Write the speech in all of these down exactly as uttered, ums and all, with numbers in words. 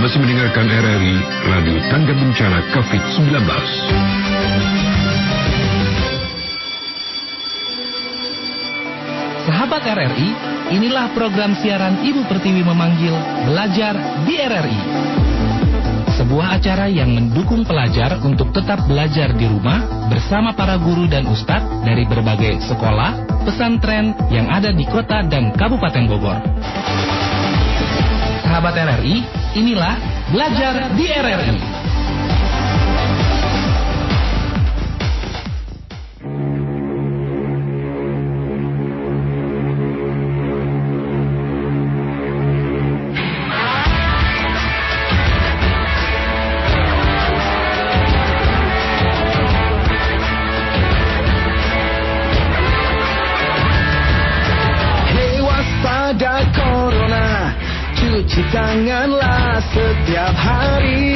masih mendengarkan R R I Radio Tangga Bencana covid sembilan belas. Sahabat R R I, inilah program siaran Ibu Pertiwi memanggil Belajar di R R I. Sebuah acara yang mendukung pelajar untuk tetap belajar di rumah bersama para guru dan ustadz dari berbagai sekolah, pesantren yang ada di kota dan Kabupaten Bogor. Sahabat R R I, inilah Belajar di R R I. Cuci tanganlah setiap hari.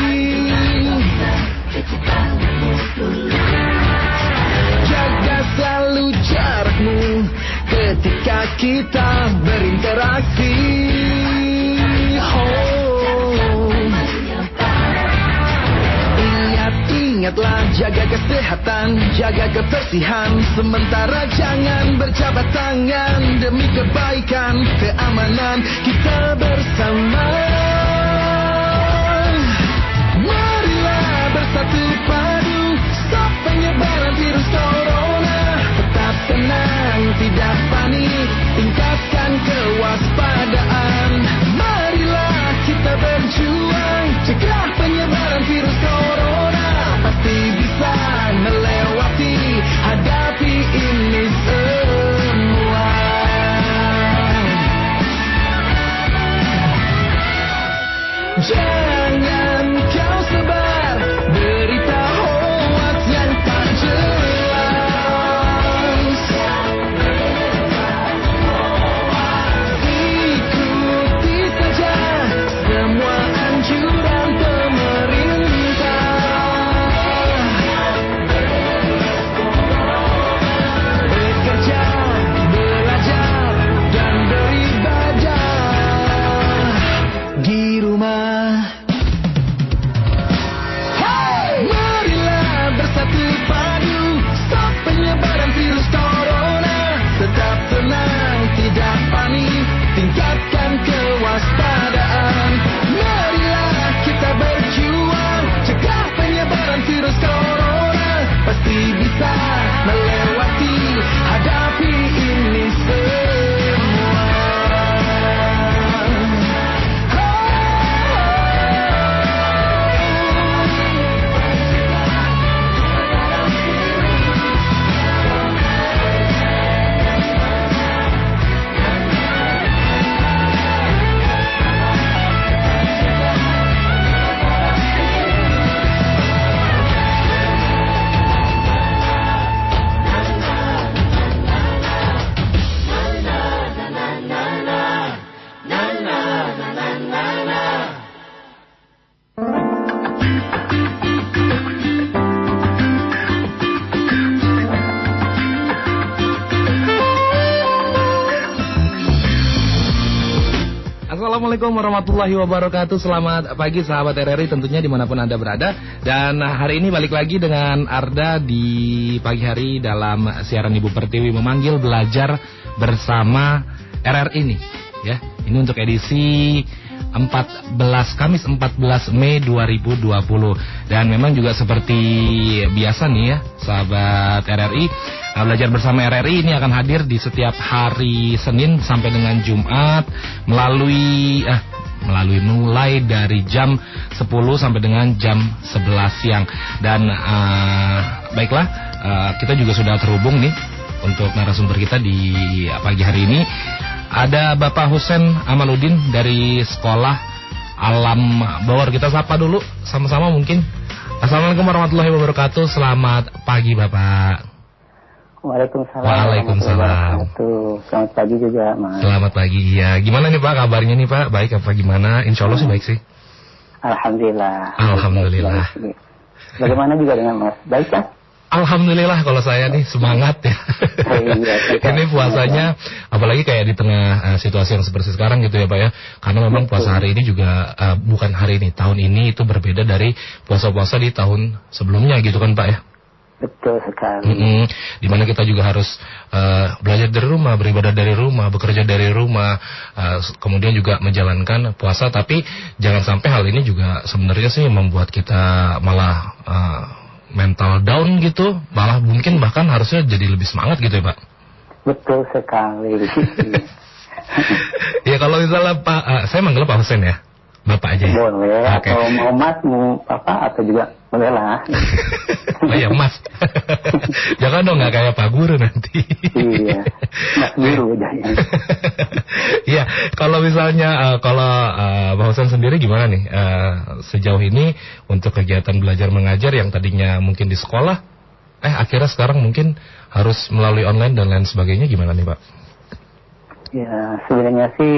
Jaga selalu jarakmu ketika kita berinteraksi. Oh. Ingat, ingatlah jaga kesehatan, jaga kebersihan. Sementara jangan berjabat tangan demi kebaikan, keamanan kita bersama. Marilah bersatu padu stop penyebaran virus corona. Tetap tenang, tidak panik, tingkatkan kewaspadaan. Marilah kita berjuang cegah penyebaran virus corona. Pasti bisa melewati, hadapi ini semua. Jangan kau sebar berita hoax yang tak jelas. Ikuti saja semua anjuran pemerintah. Bekerja, belajar, dan beribadah di rumah. Hey! Marilah bersatu padu stop penyebaran virus corona. Tetap tenang, tidak panik, tingkatkan kewaspadaan. Marilah kita berjuang cegah penyebaran virus corona. Pasti bisa melewati, hadapi ini semua. Assalamualaikum warahmatullahi wabarakatuh. Selamat pagi sahabat R R I tentunya dimanapun Anda berada. Dan hari ini balik lagi dengan Arda di pagi hari dalam siaran Ibu Pertiwi memanggil Belajar bersama R R I nih ya. Ini untuk edisi empat belas Kamis empat belas Mei dua ribu dua puluh. Dan memang juga seperti biasa nih ya sahabat R R I, Belajar bersama R R I ini akan hadir di setiap hari Senin sampai dengan Jumat melalui eh melalui mulai dari jam sepuluh sampai dengan jam sebelas siang. Dan uh, baiklah, uh, kita juga sudah terhubung nih untuk narasumber kita di pagi hari ini. Ada Bapak Husen Amaluddin dari Sekolah Alam Bawor. Kita sapa dulu sama-sama mungkin. Assalamualaikum warahmatullahi wabarakatuh. Selamat pagi Bapak. Waalaikumsalam. Waalaikumsalam. Selamat pagi juga, Mas. Selamat pagi, ya. Gimana nih Pak kabarnya nih Pak? Baik apa gimana? Insya Allah sih baik sih. Alhamdulillah. Alhamdulillah. Baik, baik. Bagaimana juga dengan Mas? Baik kan? Alhamdulillah kalau saya nih semangat ya. Ini puasanya, apalagi kayak di tengah uh, situasi yang seperti sekarang gitu ya Pak ya. Karena memang puasa hari ini juga uh, bukan hari ini, tahun ini itu berbeda dari puasa-puasa di tahun sebelumnya gitu kan Pak ya. Betul sekali. Mm-hmm. Dimana kita juga harus uh, belajar dari rumah, beribadah dari rumah, bekerja dari rumah, uh, kemudian juga menjalankan puasa. Tapi jangan sampai hal ini juga sebenarnya sih membuat kita malah uh, mental down gitu, malah mungkin bahkan harusnya jadi lebih semangat gitu ya Pak. Betul sekali. Ya kalau misalnya Pak, uh, saya manggil Pak Husein ya, Bapak aja ya. Boleh. Okay. Atau mau Mas, mau Papa atau juga boleh lah. Oh ya Mas. Jangan dong nggak kayak Pak Guru nanti. Iya. Mas Guru jangan. Iya. Kalau misalnya uh, kalau uh, Pak Husein sendiri gimana nih uh, sejauh ini untuk kegiatan belajar mengajar yang tadinya mungkin di sekolah, eh akhirnya sekarang mungkin harus melalui online dan lain sebagainya, gimana nih Pak? Ya sebenarnya sih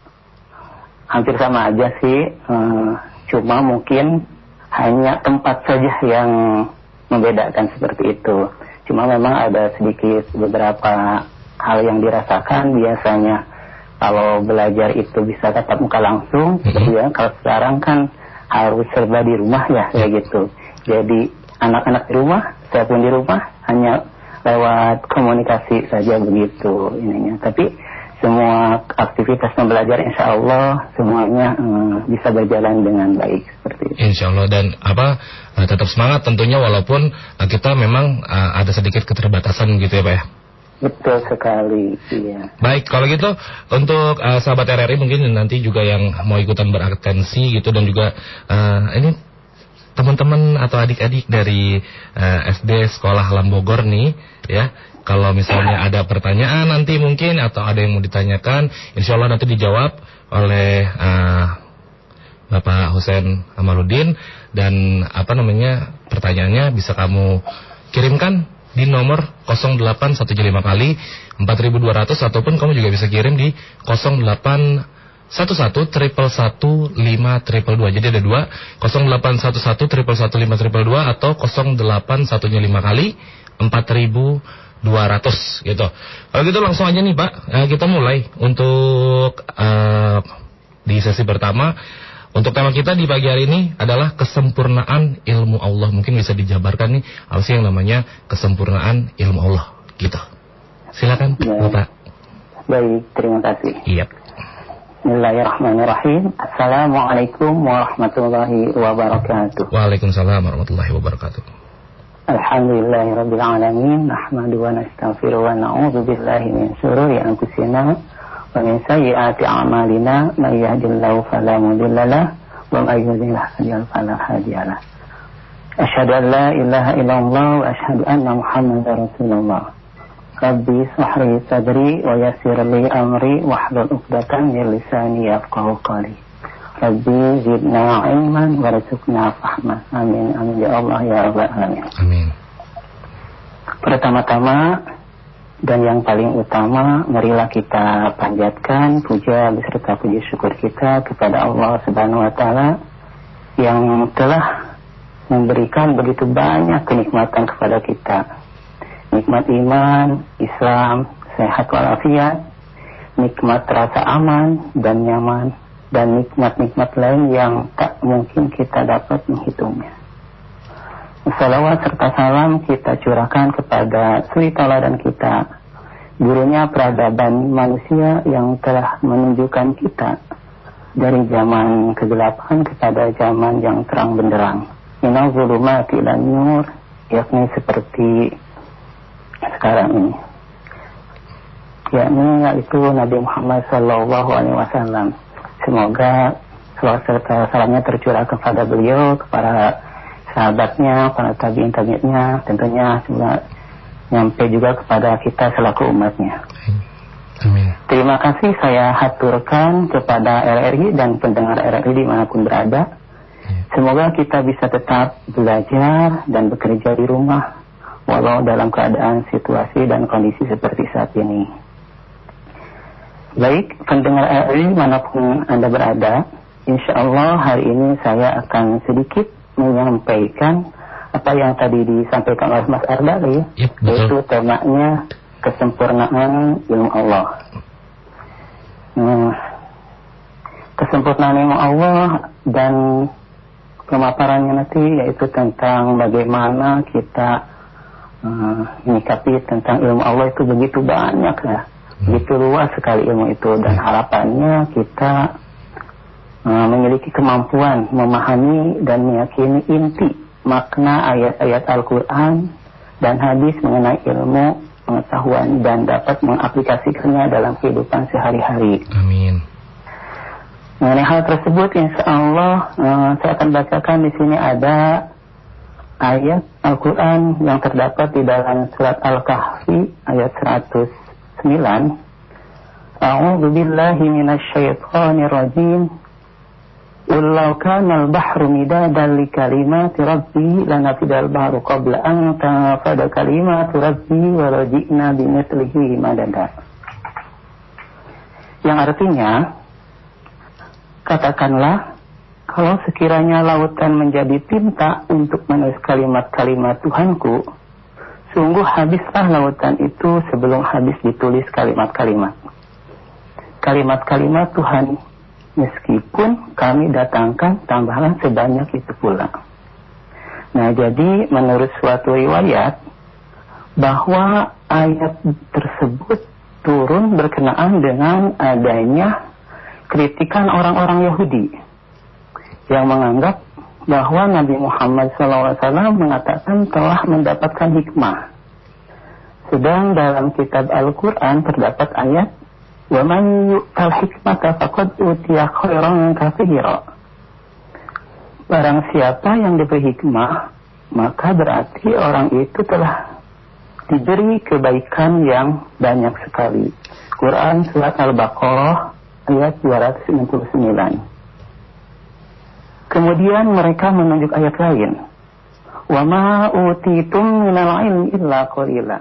hampir sama aja sih. Uh, cuma mungkin hanya tempat saja yang membedakan seperti itu. Cuma memang ada sedikit beberapa hal yang dirasakan. Biasanya kalau belajar itu bisa tatap muka langsung, mm-hmm. gitu ya. Kalau sekarang kan harus serba di rumah ya, kayak gitu. Jadi anak-anak di rumah, saya pun di rumah, hanya lewat komunikasi saja begitu ininya. Tapi semua aktivitas pembelajar insya Allah semuanya um, bisa berjalan dengan baik seperti itu. Insya Allah, dan apa uh, tetap semangat tentunya walaupun uh, kita memang uh, ada sedikit keterbatasan gitu ya Pak ya. Betul sekali, iya. Baik, kalau gitu untuk uh, sahabat R R I mungkin nanti juga yang mau ikutan beratensi gitu, dan juga uh, ini teman-teman atau adik-adik dari uh, S D Sekolah Alam Bogor nih ya. Kalau misalnya ada pertanyaan nanti mungkin atau ada yang mau ditanyakan, insya Allah nanti dijawab oleh uh, Bapak Husein Amaluddin. Dan apa namanya pertanyaannya bisa kamu kirimkan di nomor nol delapan satu lima kali empat ribu dua ratus, ataupun kamu juga bisa kirim di nol delapan satu satu triple satu lima triple dua. Jadi ada dua, nol delapan satu satu triple satu lima triple dua atau nol delapan satu lima kali empat ribu dua ratus gitu. Kalau gitu langsung aja nih Pak, eh, kita mulai untuk uh, di sesi pertama. Untuk tema kita di pagi hari ini adalah kesempurnaan ilmu Allah. Mungkin bisa dijabarkan nih apa sih yang namanya kesempurnaan ilmu Allah gitu. Silakan ya. Bapak. Baik, terima kasih. Iya. Bismillahirrahmanirrahim. Assalamualaikum warahmatullahi wabarakatuh. Waalaikumsalam warahmatullahi wabarakatuh. Alhamdulillahirabbil alamin, nahmadu wa nastaghfiru wa na'udzu billahi min shururi anfusina wa min sayyiati a'malina, may yahdihillahu fala mudilla lahu wa may yudlil fala hadiya lahu. Asyhadu an la ilaha illallah wa asyhadu anna Muhammadar Rasulullah. Rabbi shrah li sadri wa yassir li amri wahlul 'uqdatam min lisani yafqahu qawli. Rabbi zidna ilman warzuqna fahma. Amin amin ya Allah ya rabbal alamin. Amin. Pertama-tama dan yang paling utama, marilah kita panjatkan puja beserta puji syukur kita kepada Allah Subhanahu wa taala yang telah memberikan begitu banyak kenikmatan kepada kita. Nikmat iman, Islam, sehat walafiat, nikmat rasa aman dan nyaman, dan nikmat-nikmat lain yang tak mungkin kita dapat menghitungnya. Salawat serta salam kita curahkan kepada suri tauladan kita, gurunya peradaban manusia yang telah menunjukkan kita dari zaman kegelapan kepada zaman yang terang benderang. Minal zulumati ilan nur, yakni seperti sekarang ini, yakni yaitu Nabi Muhammad Sallallahu Alaihi Wasallam. Semoga salawat serta salamnya tercurah kepada beliau, kepada sahabatnya, para tabi'in tabi'innya, tentunya juga nyampe juga kepada kita selaku umatnya. Amin. Terima kasih saya haturkan kepada R R I dan pendengar R R I dimanapun berada. Semoga kita bisa tetap belajar dan bekerja di rumah walau dalam keadaan situasi dan kondisi seperti saat ini. Baik, pendengar R R I manapun Anda berada, insya Allah hari ini saya akan sedikit menyampaikan apa yang tadi disampaikan oleh Mas Ardali, yep, yaitu temanya kesempurnaan ilmu Allah. Nah, kesempurnaan ilmu Allah dan pemaparannya nanti yaitu tentang bagaimana kita uh, menyikapi tentang ilmu Allah itu begitu banyak ya, hmm. begitu luas sekali ilmu itu, dan harapannya kita uh, memiliki kemampuan memahami dan meyakini inti makna ayat-ayat Al-Quran dan hadis mengenai ilmu pengetahuan dan dapat mengaplikasikannya dalam kehidupan sehari-hari. Amin. Mengenai hal tersebut, insya Allah uh, saya akan bacakan di sini ada ayat Al-Quran yang terdapat di dalam surat Al-Kahfi ayat seratus sembilan. A'udzu billahi minasyaitonir rajim. Qul law kana al-bahru midadan li kalimati rabbi lanafidal bahru qabla an tanfada kalimatu rabbi wa laji'na bimithlihi madada. Yang artinya, katakanlah, kalau sekiranya lautan menjadi tinta untuk menulis kalimat-kalimat Tuhanku, sungguh habislah lautan itu sebelum habis ditulis kalimat-kalimat. Kalimat-kalimat Tuhan, meskipun kami datangkan tambahan sebanyak itu pula. Nah, jadi menurut suatu riwayat, bahwa ayat tersebut turun berkenaan dengan adanya kritikan orang-orang Yahudi yang menganggap bahwa Nabi Muhammad shallallahu alaihi wasallam mengatakan telah mendapatkan hikmah. Sedang dalam kitab Al-Quran terdapat ayat wa man yu'tal hikmata faqad utiya khairan katsira. Barang siapa yang diberi hikmah, maka berarti orang itu telah diberi kebaikan yang banyak sekali. Quran surat Al-Baqarah ayat dua ratus enam puluh sembilan. Kemudian mereka menunjuk ayat lain. Wa ma utitum minal ilmi illa qalila.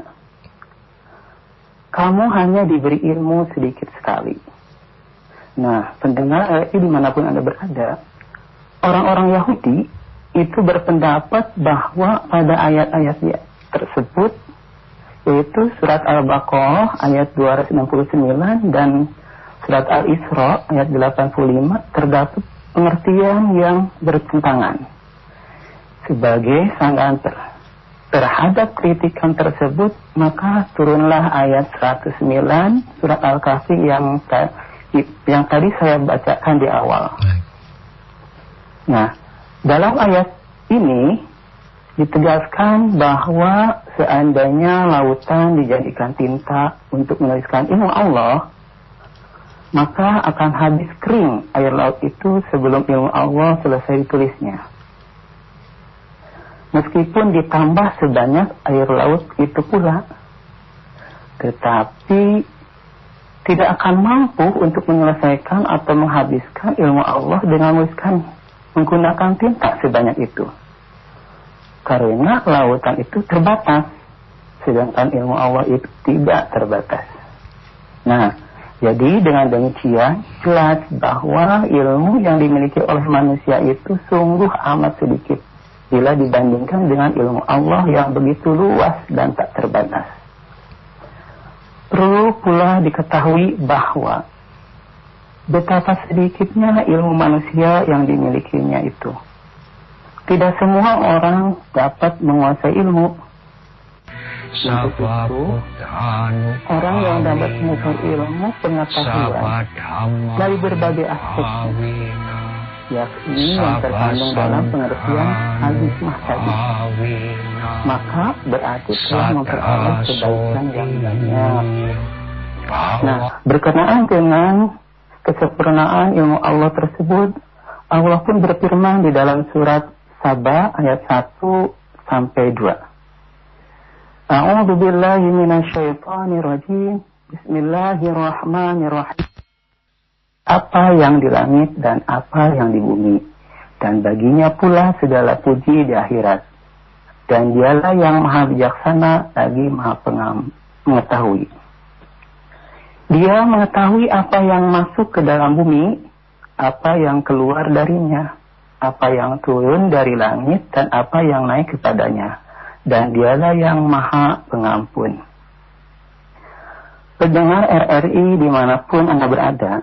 Kamu hanya diberi ilmu sedikit sekali. Nah, pendengar ini dimanapun Anda berada, orang-orang Yahudi itu berpendapat bahwa pada ayat-ayat tersebut, yaitu surat Al-Baqarah ayat dua ratus enam puluh sembilan dan surat Al-Isra ayat delapan puluh lima, terdapat pengertian yang bertentangan. Sebagai sanggahan ter, terhadap kritikan tersebut, maka turunlah ayat seratus sembilan surat Al-Kahfi yang, ta, yang tadi saya bacakan di awal. Nah, dalam ayat ini ditegaskan bahwa seandainya lautan dijadikan tinta untuk menuliskan ilmu Allah, maka akan habis kering air laut itu sebelum ilmu Allah selesai ditulisnya. Meskipun ditambah sebanyak air laut itu pula, tetapi tidak akan mampu untuk menyelesaikan atau menghabiskan ilmu Allah dengan menuliskan menggunakan tinta sebanyak itu. Karena lautan itu terbatas, sedangkan ilmu Allah itu tidak terbatas. Nah, jadi dengan demikian jelas bahwa ilmu yang dimiliki oleh manusia itu sungguh amat sedikit bila dibandingkan dengan ilmu Allah yang begitu luas dan tak terbatas. Perlu pula diketahui bahwa betapa sedikitnya ilmu manusia yang dimilikinya itu. Tidak semua orang dapat menguasai ilmu. Untuk itu, orang yang dapat menguasai ilmu pengetahuan dari berbagai aspek, yakni yang terkandung dalam pengertian al-hikmah tadi, maka berarti telah memperoleh kebaikan yang banyak. Nah, berkenaan dengan kesempurnaan ilmu Allah tersebut, Allah pun berfirman di dalam surat Saba ayat satu sampai dua. A'udzu billahi minasyaitonir rajim. Bismillahirrahmanirrahim. Apa yang di langit dan apa yang di bumi, dan baginya pula segala puji di akhirat. Dan dialah yang maha bijaksana lagi maha mengetahui. Dia mengetahui apa yang masuk ke dalam bumi, apa yang keluar darinya, apa yang turun dari langit dan apa yang naik kepadanya. Dan dialah yang maha pengampun. Pendengar R R I dimanapun Anda berada,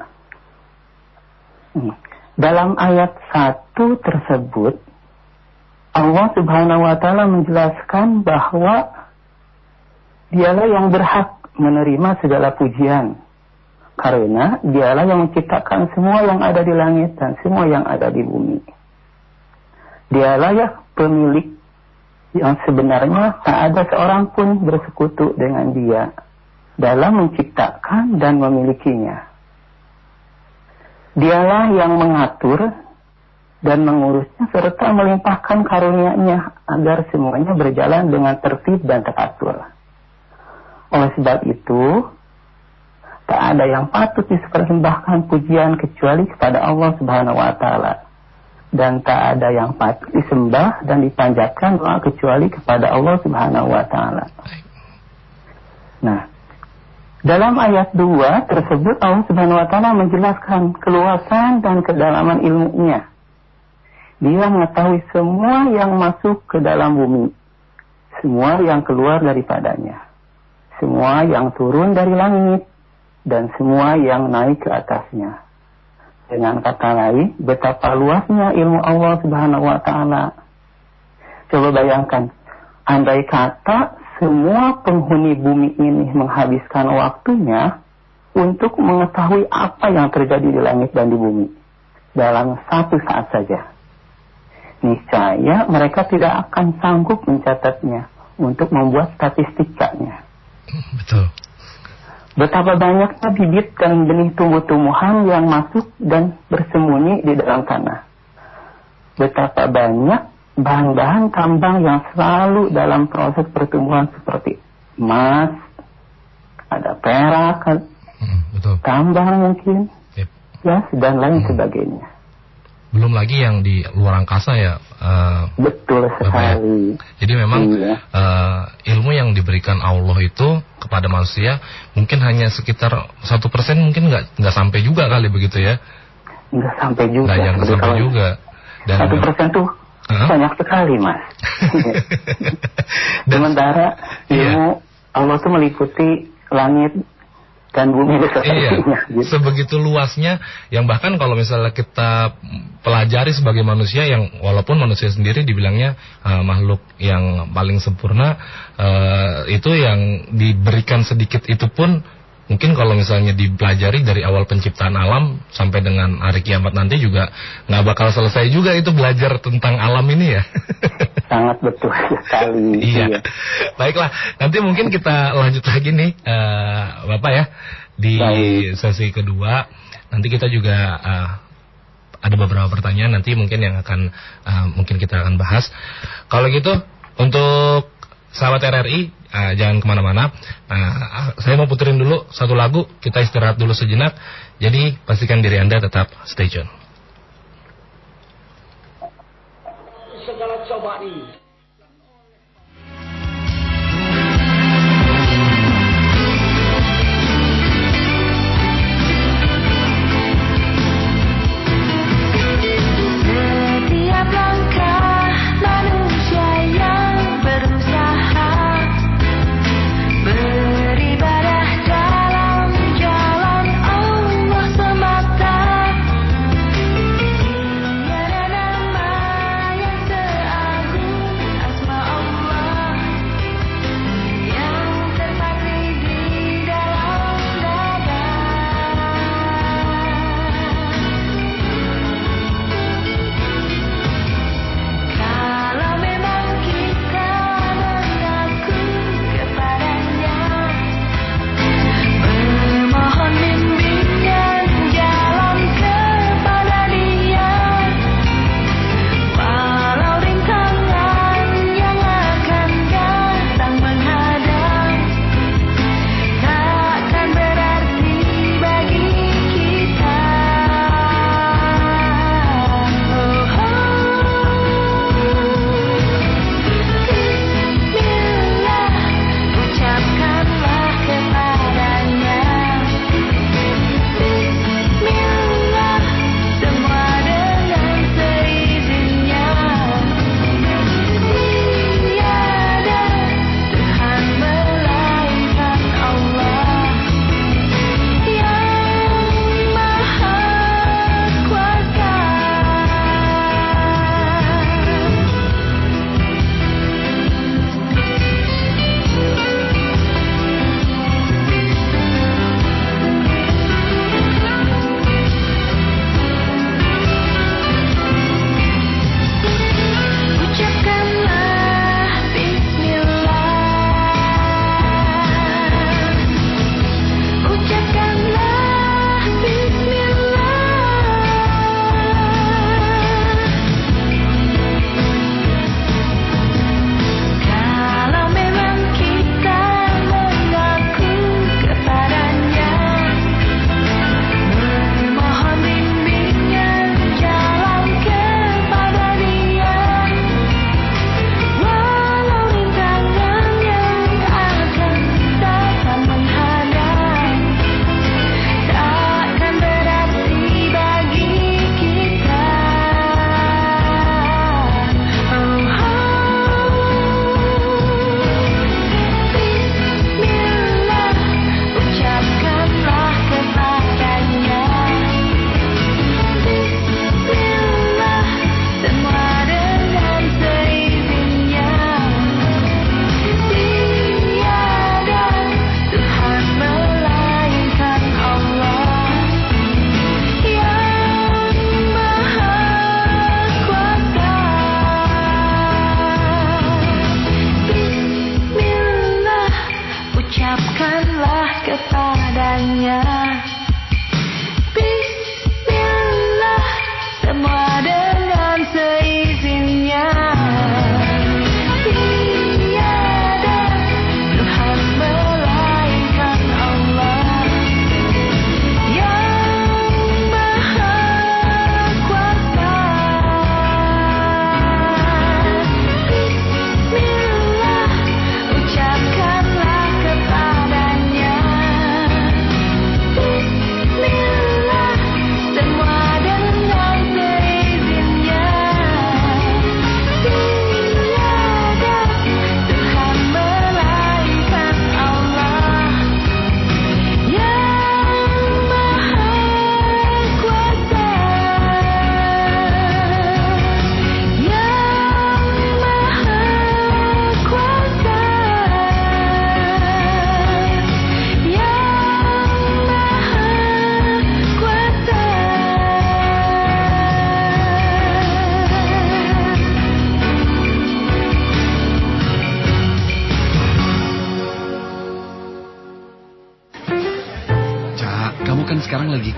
dalam ayat satu tersebut Allah Subhanahu wa Ta'ala menjelaskan bahwa dialah yang berhak menerima segala pujian, karena dialah yang menciptakan semua yang ada di langit dan semua yang ada di bumi. Dialah ya pemilik yang sebenarnya tak ada seorang pun bersekutu dengan dia dalam menciptakan dan memilikinya. Dialah yang mengatur dan mengurusnya serta melimpahkan karunia-Nya agar semuanya berjalan dengan tertib dan teratur. Oleh sebab itu, tak ada yang patut dipersembahkan pujian kecuali kepada Allah Subhanahu wa Ta'ala. Dan tak ada yang patut disembah dan dipanjatkan doa kecuali kepada Allah Subhanahu wa Ta'ala. Nah, dalam ayat dua tersebut Allah Subhanahu wa Ta'ala menjelaskan keluasan dan kedalaman ilmunya. Dia mengetahui semua yang masuk ke dalam bumi, semua yang keluar daripadanya, semua yang turun dari langit, dan semua yang naik ke atasnya. Dengan kata lain, betapa luasnya ilmu Allah Subhanahu wa Ta'ala. Coba bayangkan, andai kata semua penghuni bumi ini menghabiskan waktunya untuk mengetahui apa yang terjadi di langit dan di bumi dalam satu saat saja, niscaya mereka tidak akan sanggup mencatatnya untuk membuat statistikanya. Betul. Betapa banyaknya bibit dan benih tumbuh-tumbuhan yang masuk dan bersembunyi di dalam tanah. Betapa banyak bahan-bahan tambang yang selalu dalam proses pertumbuhan seperti emas, ada perak, hmm, betul. tambang mungkin, yep. ya, dan lain hmm. sebagainya. Belum lagi yang di luar angkasa ya. Uh, Betul sekali. Ya. Jadi memang iya. uh, ilmu yang diberikan Allah itu kepada manusia mungkin hanya sekitar satu persen, mungkin nggak nggak sampai juga kali begitu ya. Nggak sampai juga. Nggak yang sampai juga. Dan satu persen tuh huh? banyak sekali, Mas. Dan, sementara ilmu iya. Allah tuh meliputi langit dan bumi iya, gitu. Sebegitu luasnya yang bahkan kalau misalnya kita pelajari sebagai manusia yang walaupun manusia sendiri dibilangnya uh, makhluk yang paling sempurna, uh, itu yang diberikan sedikit itu pun mungkin kalau misalnya dipelajari dari awal penciptaan alam sampai dengan hari kiamat nanti juga nggak bakal selesai juga itu belajar tentang alam ini ya. Sangat betul sekali. Iya. iya. Baiklah, nanti mungkin kita lanjut lagi nih, uh, Bapak ya, di Baik. sesi kedua. Nanti kita juga uh, ada beberapa pertanyaan nanti mungkin yang akan uh, mungkin kita akan bahas. Kalau gitu, untuk sahabat R R I, uh, jangan kemana-mana. Uh, saya mau puterin dulu satu lagu, kita istirahat dulu sejenak. Jadi pastikan diri Anda tetap stay tune. Segala cobaan ini setiap langkah manusia yang berusaha beribadah dalam jalan Allah semata. Tiada nama yang seagung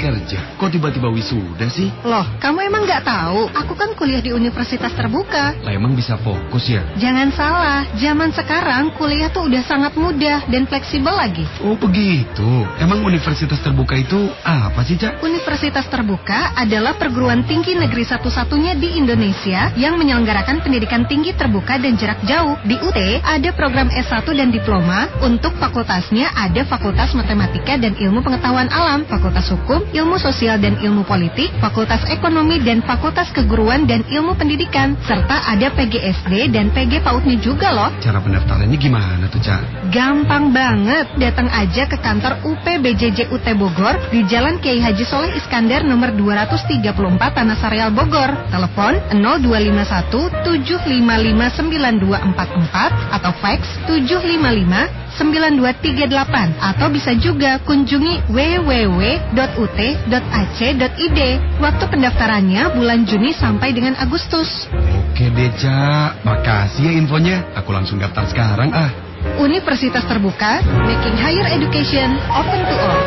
kerja. Kok tiba-tiba wisuda sih? Loh, kamu emang nggak tahu? Aku kan kuliah di Universitas Terbuka. Lah emang bisa fokus ya? Jangan salah, zaman sekarang kuliah tuh udah sangat mudah dan fleksibel lagi. Oh begitu. Emang Universitas Terbuka itu apa sih, Cak? Universitas Terbuka adalah perguruan tinggi negeri satu-satunya di Indonesia yang menyelenggarakan pendidikan tinggi terbuka dan jarak jauh. Di U T ada program S satu dan diploma. Untuk fakultasnya ada Fakultas Matematika dan Ilmu Pengetahuan Alam, Fakultas Hukum, Ilmu Sosial dan Ilmu Politik, Fakultas Ekonomi dan Fakultas Keguruan dan Ilmu Pendidikan, serta ada P G S D dan P G PAUD-nya juga loh. Cara pendaftarannya gimana tuh, Cak? Gampang banget, datang aja ke kantor U P B J J U T Bogor di Jalan Kiai Haji Soleh Iskandar nomor dua ratus tiga puluh empat Tanah Sareal Bogor. Telepon nol dua lima satu tujuh lima lima sembilan dua empat empat atau fax tujuh lima lima sembilan dua tiga delapan atau bisa juga kunjungi w w w dot u t dot a c dot i d. Waktu pendaftarannya bulan Juni sampai dengan Agustus. Oke deh, Cak. Makasih ya infonya. Aku langsung daftar sekarang ah. Universitas Terbuka, making higher education open to all.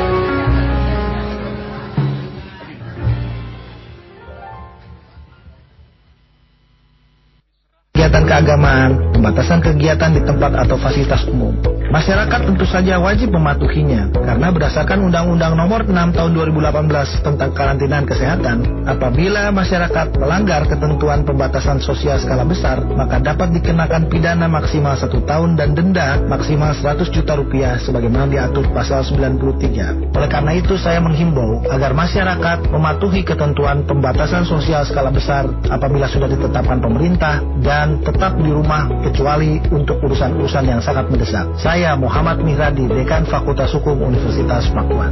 Kegiatan keagamaan, pembatasan kegiatan di tempat atau fasilitas umum. Masyarakat tentu saja wajib mematuhinya, karena berdasarkan Undang-Undang Nomor enam Tahun dua ribu delapan belas tentang karantinaan kesehatan, apabila masyarakat melanggar ketentuan pembatasan sosial skala besar, maka dapat dikenakan pidana maksimal satu tahun dan denda maksimal seratus juta rupiah sebagaimana diatur pasal sembilan puluh tiga. Oleh karena itu, saya menghimbau agar masyarakat mematuhi ketentuan pembatasan sosial skala besar apabila sudah ditetapkan pemerintah dan tetap di rumah kecuali untuk urusan-urusan yang sangat mendesak. Saya Muhammad Mihradi, Dekan Fakultas Hukum Universitas Pakuan.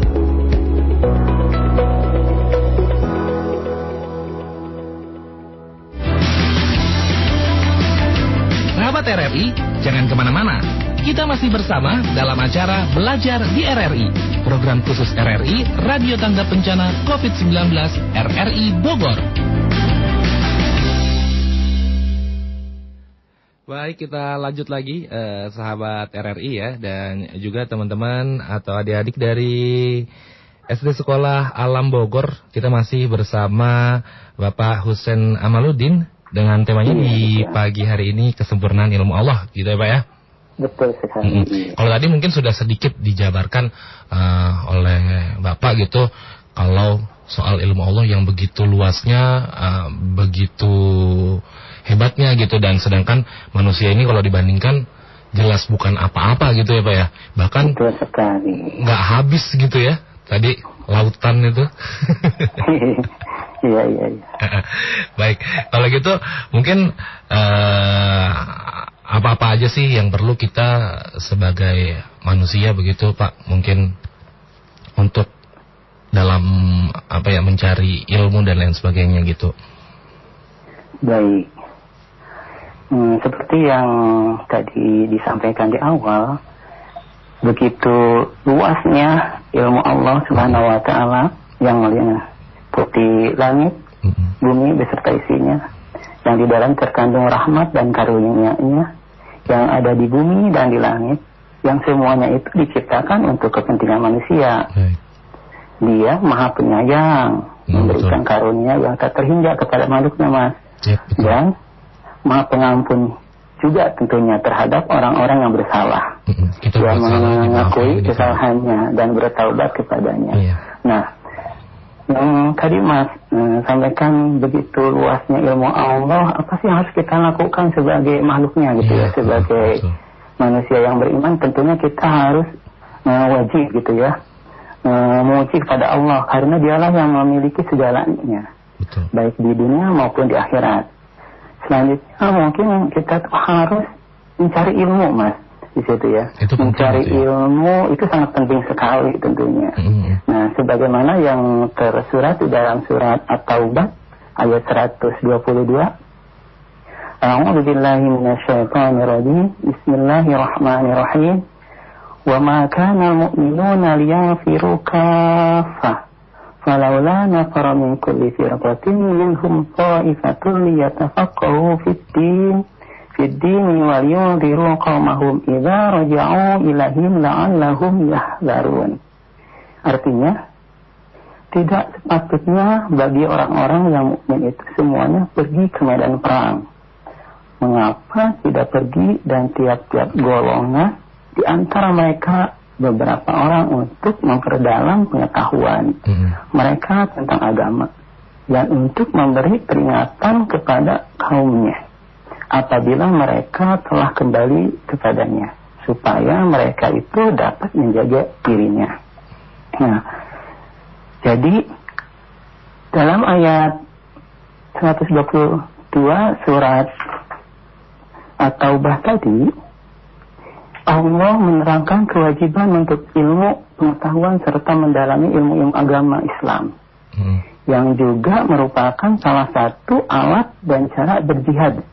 Sahabat R R I, jangan kemana-mana. Kita masih bersama dalam acara Belajar di R R I, program khusus R R I, Radio Tangga Bencana covid sembilan belas R R I Bogor. Baik, kita lanjut lagi eh, sahabat R R I ya, dan juga teman-teman atau adik-adik dari S D Sekolah Alam Bogor. Kita masih bersama Bapak Husein Amaluddin dengan temanya di pagi hari ini kesempurnaan ilmu Allah, gitu ya Pak ya? Betul sekali. Mm-hmm. Kalau tadi mungkin sudah sedikit dijabarkan uh, oleh Bapak gitu, kalau soal ilmu Allah yang begitu luasnya, uh, begitu hebatnya gitu, dan sedangkan manusia ini kalau dibandingkan jelas bukan apa-apa gitu ya Pak ya, bahkan betul sekali, nggak habis gitu ya tadi lautan itu. Iya iya iya. Baik, kalau gitu mungkin uh, apa-apa aja sih yang perlu kita sebagai manusia begitu Pak, mungkin untuk dalam apa ya mencari ilmu dan lain sebagainya gitu. Baik. Hmm, seperti yang tadi disampaikan di awal, begitu luasnya ilmu Allah Subhanahu wa Ta'ala yang meliputi langit, mm-hmm. bumi beserta isinya, yang di dalam terkandung rahmat dan karunia-Nya, yang ada di bumi dan di langit, yang semuanya itu diciptakan untuk kepentingan manusia. Mm. Dia Maha Penyayang, mm, memberikan betul. karunia yang tak terhingga kepada makhluknya, Mas. Yep, dan Maha Pengampun juga tentunya terhadap orang-orang yang bersalah, mm-hmm. Kita yang mengakui kesalahannya dan bertaubat kepadanya. Iya. Nah, yang tadi Mas eh, sampaikan begitu luasnya ilmu Allah, apa sih yang harus kita lakukan sebagai makhluknya gitu iya, ya, sebagai betul. manusia yang beriman, tentunya kita harus eh, wajib gitu ya, eh, memuji kepada Allah karena Dialah yang memiliki segalanya, betul. baik di dunia maupun di akhirat. Selanjutnya mungkin kita tuh harus mencari ilmu, Mas, di situ ya. Itu mencari penting, ilmu itu sangat penting sekali tentunya. Mm-hmm. Nah, sebagaimana yang tersurat di dalam surat At-Taubah ayat seratus dua puluh dua. A'udzu billahi minasyaitonir rajim. Bismillahirrahmanirrahim. Wa ma kana al-mu'minuna liyanfiru kaffah. فلولا نفر من كل فرقة منهم طائفة ليتفقهوا في الدين في الدين ولينذروا قومهم إذا رجعوا إليهم لعلهم يحذرون. Artinya, tidak sepatutnya bagi orang-orang yang mukmin itu semuanya pergi ke medan perang. Mengapa tidak pergi dan tiap-tiap golongan di antara mereka beberapa orang untuk memperdalam pengetahuan hmm. mereka tentang agama dan untuk memberi peringatan kepada kaumnya apabila mereka telah kembali kepadanya, supaya mereka itu dapat menjaga dirinya. Nah, jadi dalam ayat seratus dua puluh dua surat At-Taubah tadi, Allah menerangkan kewajiban untuk ilmu pengetahuan serta mendalami ilmu-ilmu agama Islam, hmm. yang juga merupakan salah satu alat dan cara berjihad.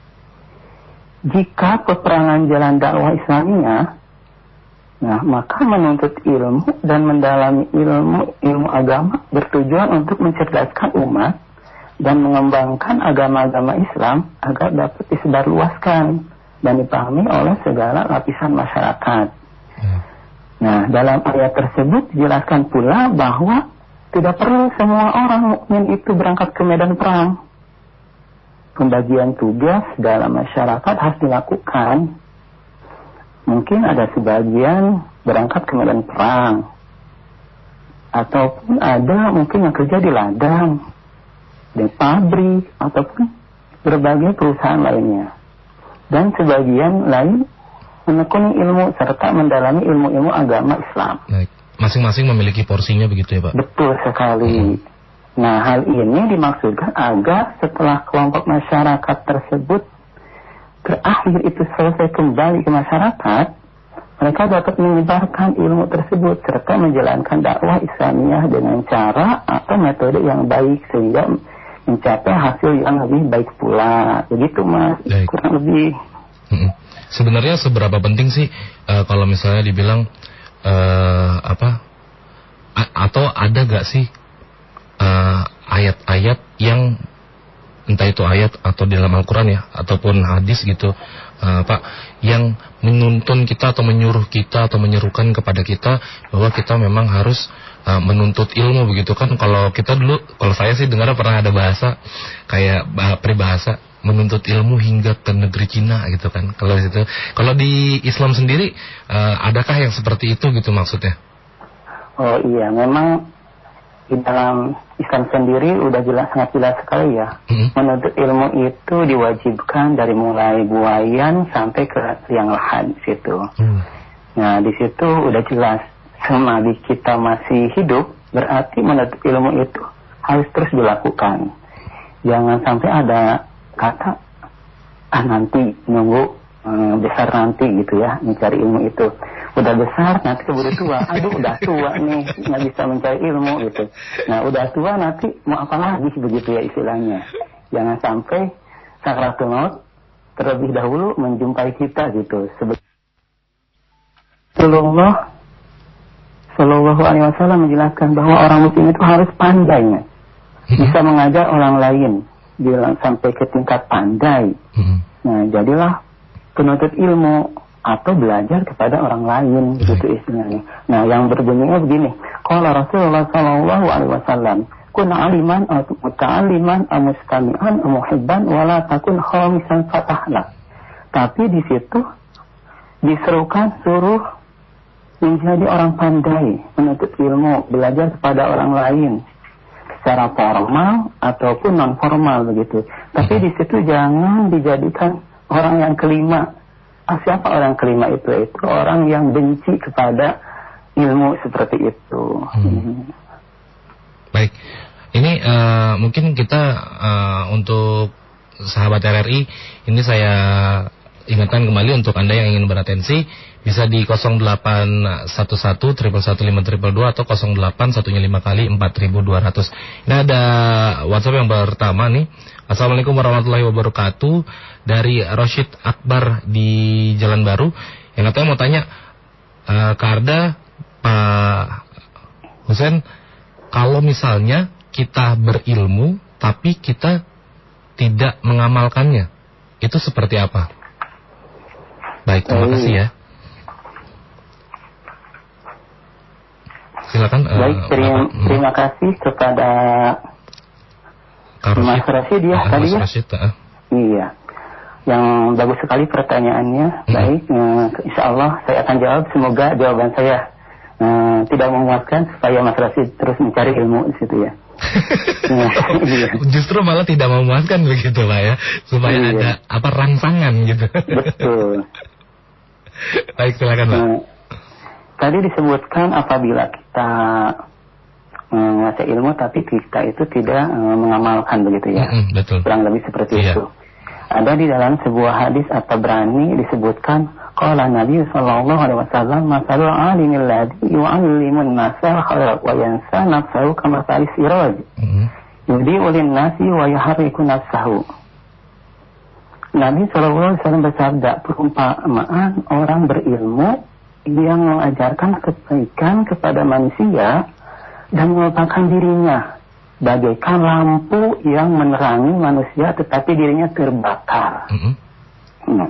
Jika peperangan jalan dakwah Islamiyah, nah maka menuntut ilmu dan mendalami ilmu ilmu agama bertujuan untuk mencerdaskan umat dan mengembangkan agama-agama Islam agar dapat disebarluaskan dan dipahami oleh segala lapisan masyarakat. Hmm. Nah, dalam ayat tersebut dijelaskan pula bahwa tidak perlu semua orang mukmin itu berangkat ke medan perang. Pembagian tugas dalam masyarakat harus dilakukan. Mungkin ada sebagian berangkat ke medan perang, ataupun ada mungkin yang kerja di ladang, di pabrik, ataupun berbagai perusahaan lainnya. Dan sebagian lain menekuni ilmu serta mendalami ilmu-ilmu agama Islam. Baik. Masing-masing memiliki porsinya begitu ya Pak? Betul sekali. Hmm. Nah, hal ini dimaksudkan agar setelah kelompok masyarakat tersebut terakhir itu selesai kembali ke masyarakat, mereka dapat menyebarkan ilmu tersebut serta menjalankan dakwah Islamiyah dengan cara atau metode yang baik sehingga mencapai hasil yang lebih baik pula. Begitu Mas, baik. Kurang lebih. Hmm. Sebenarnya seberapa penting sih uh, kalau misalnya dibilang uh, apa a- atau ada gak sih uh, ayat-ayat yang entah itu ayat atau di dalam Al-Quran ya ataupun hadis gitu uh, Pak, yang menuntun kita atau menyuruh kita atau menyerukan kepada kita bahwa kita memang harus uh, menuntut ilmu begitu kan. Kalau kita dulu, kalau saya sih dengar pernah ada bahasa kayak bah, peribahasa menuntut ilmu hingga ke negeri Cina gitu kan. Kalau di situ, kalau di Islam sendiri uh, adakah yang seperti itu gitu maksudnya? Oh iya, memang di dalam Islam sendiri udah jelas, sangat jelas sekali ya. Hmm. Menuntut ilmu itu diwajibkan dari mulai buayan sampai ke liang lahat situ. Hmm. Nah di situ udah jelas selagi kita masih hidup berarti menuntut ilmu itu harus terus dilakukan. Jangan sampai ada kata ah nanti nunggu eh, besar nanti gitu ya mencari ilmu itu. Udah besar nanti keburu tua, aduh udah tua nih nggak bisa mencari ilmu gitu. Nah udah tua nanti mau apa lagi begitu ya istilahnya. Jangan sampai sakaratul maut terlebih dahulu menjumpai kita gitu. Rasulullah Shallallahu Alaihi Wasallam menjelaskan bahwa orang muslim itu harus pandai, bisa mengajar orang lain, bilang sampai ke tingkat pandai. Nah jadilah penuntut ilmu atau belajar kepada orang lain, begitu istilahnya. Nah, yang berbunyinya begini. Qala Rasulullah sallallahu alaihi wasallam, "Kun aliman atau muta'alliman aw mustami'an aw muhibban wa la takun khamisan fatahla." Tapi di situ diserukan suruh menjadi orang pandai, menuntut ilmu, belajar kepada orang lain secara formal ataupun non formal begitu. Tapi di situ jangan dijadikan orang yang kelima. Ah, siapa orang kelima itu? Itu orang yang benci kepada ilmu seperti itu. Hmm. Baik, ini uh, mungkin kita uh, untuk sahabat R R I, ini saya ingatkan kembali untuk Anda yang ingin beratensi, bisa di nol delapan satu satu satu satu lima dua dua atau nol delapan satu lima kali empat dua nol nol. Ini ada WhatsApp yang pertama nih. Assalamualaikum warahmatullahi wabarakatuh. Dari Rashid Akbar di Jalan Baru, yang katanya mau tanya uh, ke Arda, Pak Husen, kalau misalnya kita berilmu tapi kita tidak mengamalkannya, itu seperti apa? Baik, terima kasih ya. Silakan. Uh, Baik, terima, Bapak, terima kasih kepada Kak Mas Rashid ya uh, tadi Mas ya. Rashid, uh. Iya, yang bagus sekali pertanyaannya. Hmm. Baik, uh, insya Allah saya akan jawab. Semoga jawaban saya uh, tidak memuaskan supaya Mas Rashid terus mencari ilmu di situ ya. Justru malah tidak memuaskan begitu lah ya, supaya iya. ada apa rangsangan gitu. Betul. Baik, silakan Pak. Uh, tadi disebutkan apabila kita menguasai ilmu tapi kita itu tidak uh, mengamalkan begitu ya. Mm-mm, betul. Kurang lebih seperti Iya. itu. Ada di dalam sebuah hadis At-Tabrani disebutkan qala Nabi sallallahu alaihi wasallam masalul alimil ladzi yu'allimun nasa khairan wa yansa nafsahu kama salis siraj. Mm-hmm. Yudi'u lin-nasi wa yuharriku nafsahu. Nabi sallallahu alaihi wasallam bersabda, perumpamaan orang berilmu yang mengajarkan kebaikan kepada manusia dan melupakan dirinya, bagaikan lampu yang menerangi manusia tetapi dirinya terbakar. Mm-hmm. Nah,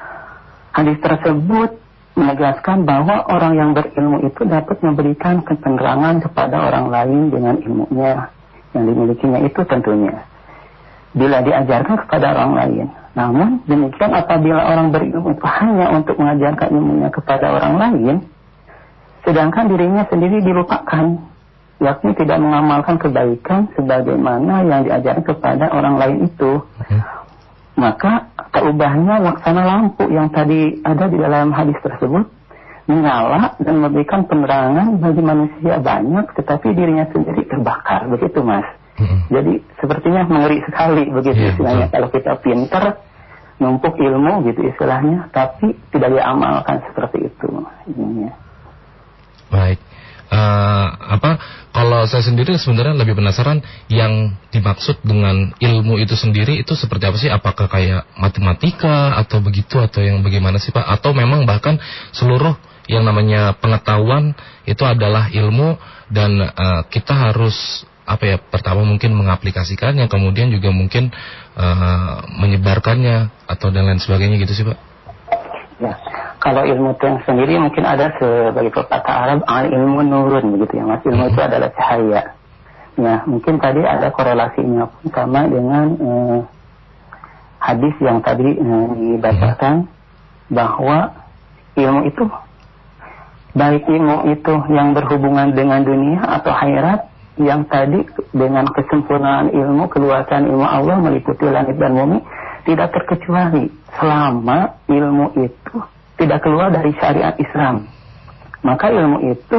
hadis tersebut menegaskan bahwa orang yang berilmu itu dapat memberikan penerangan kepada orang lain dengan ilmunya yang dimilikinya itu tentunya, bila diajarkan kepada orang lain. Namun demikian apabila orang berilmu itu hanya untuk mengajarkan ilmunya kepada orang lain, sedangkan dirinya sendiri dilupakan, yakni tidak mengamalkan kebaikan sebagaimana yang diajarkan kepada orang lain itu, hmm. maka terubahnya laksana lampu yang tadi ada di dalam hadis tersebut menyala dan memberikan penerangan bagi manusia banyak, tetapi dirinya sendiri terbakar. Begitu Mas. Hmm. Jadi sepertinya mengeri sekali begitu yeah, istilahnya. Betul. Kalau kita pintar numpuk ilmu gitu istilahnya, tapi tidak diamalkan seperti itu. Ininya. Baik. Uh, apa kalau saya sendiri sebenarnya lebih penasaran yang dimaksud dengan ilmu itu sendiri itu seperti apa sih? Apakah kayak matematika atau begitu, atau yang bagaimana sih Pak? Atau memang bahkan seluruh yang namanya pengetahuan itu adalah ilmu dan uh, kita harus apa ya, pertama mungkin mengaplikasikannya, kemudian juga mungkin uh, menyebarkannya atau dan lain sebagainya gitu sih Pak? Ya, kalau ilmu itu yang sendiri mungkin ada sebagai pepatah Arab, al ilmu nurun begitu ya Mas. Ilmu mm-hmm. itu adalah cahaya. Ya, mungkin tadi ada korelasinya pun sama dengan eh, hadis yang tadi eh, dibacakan mm-hmm. bahwa ilmu itu, baik ilmu itu yang berhubungan dengan dunia atau akhirat, yang tadi dengan kesempurnaan ilmu, keluasan ilmu Allah meliputi langit dan bumi, tidak terkecuali selama ilmu itu tidak keluar dari syariat Islam. Maka ilmu itu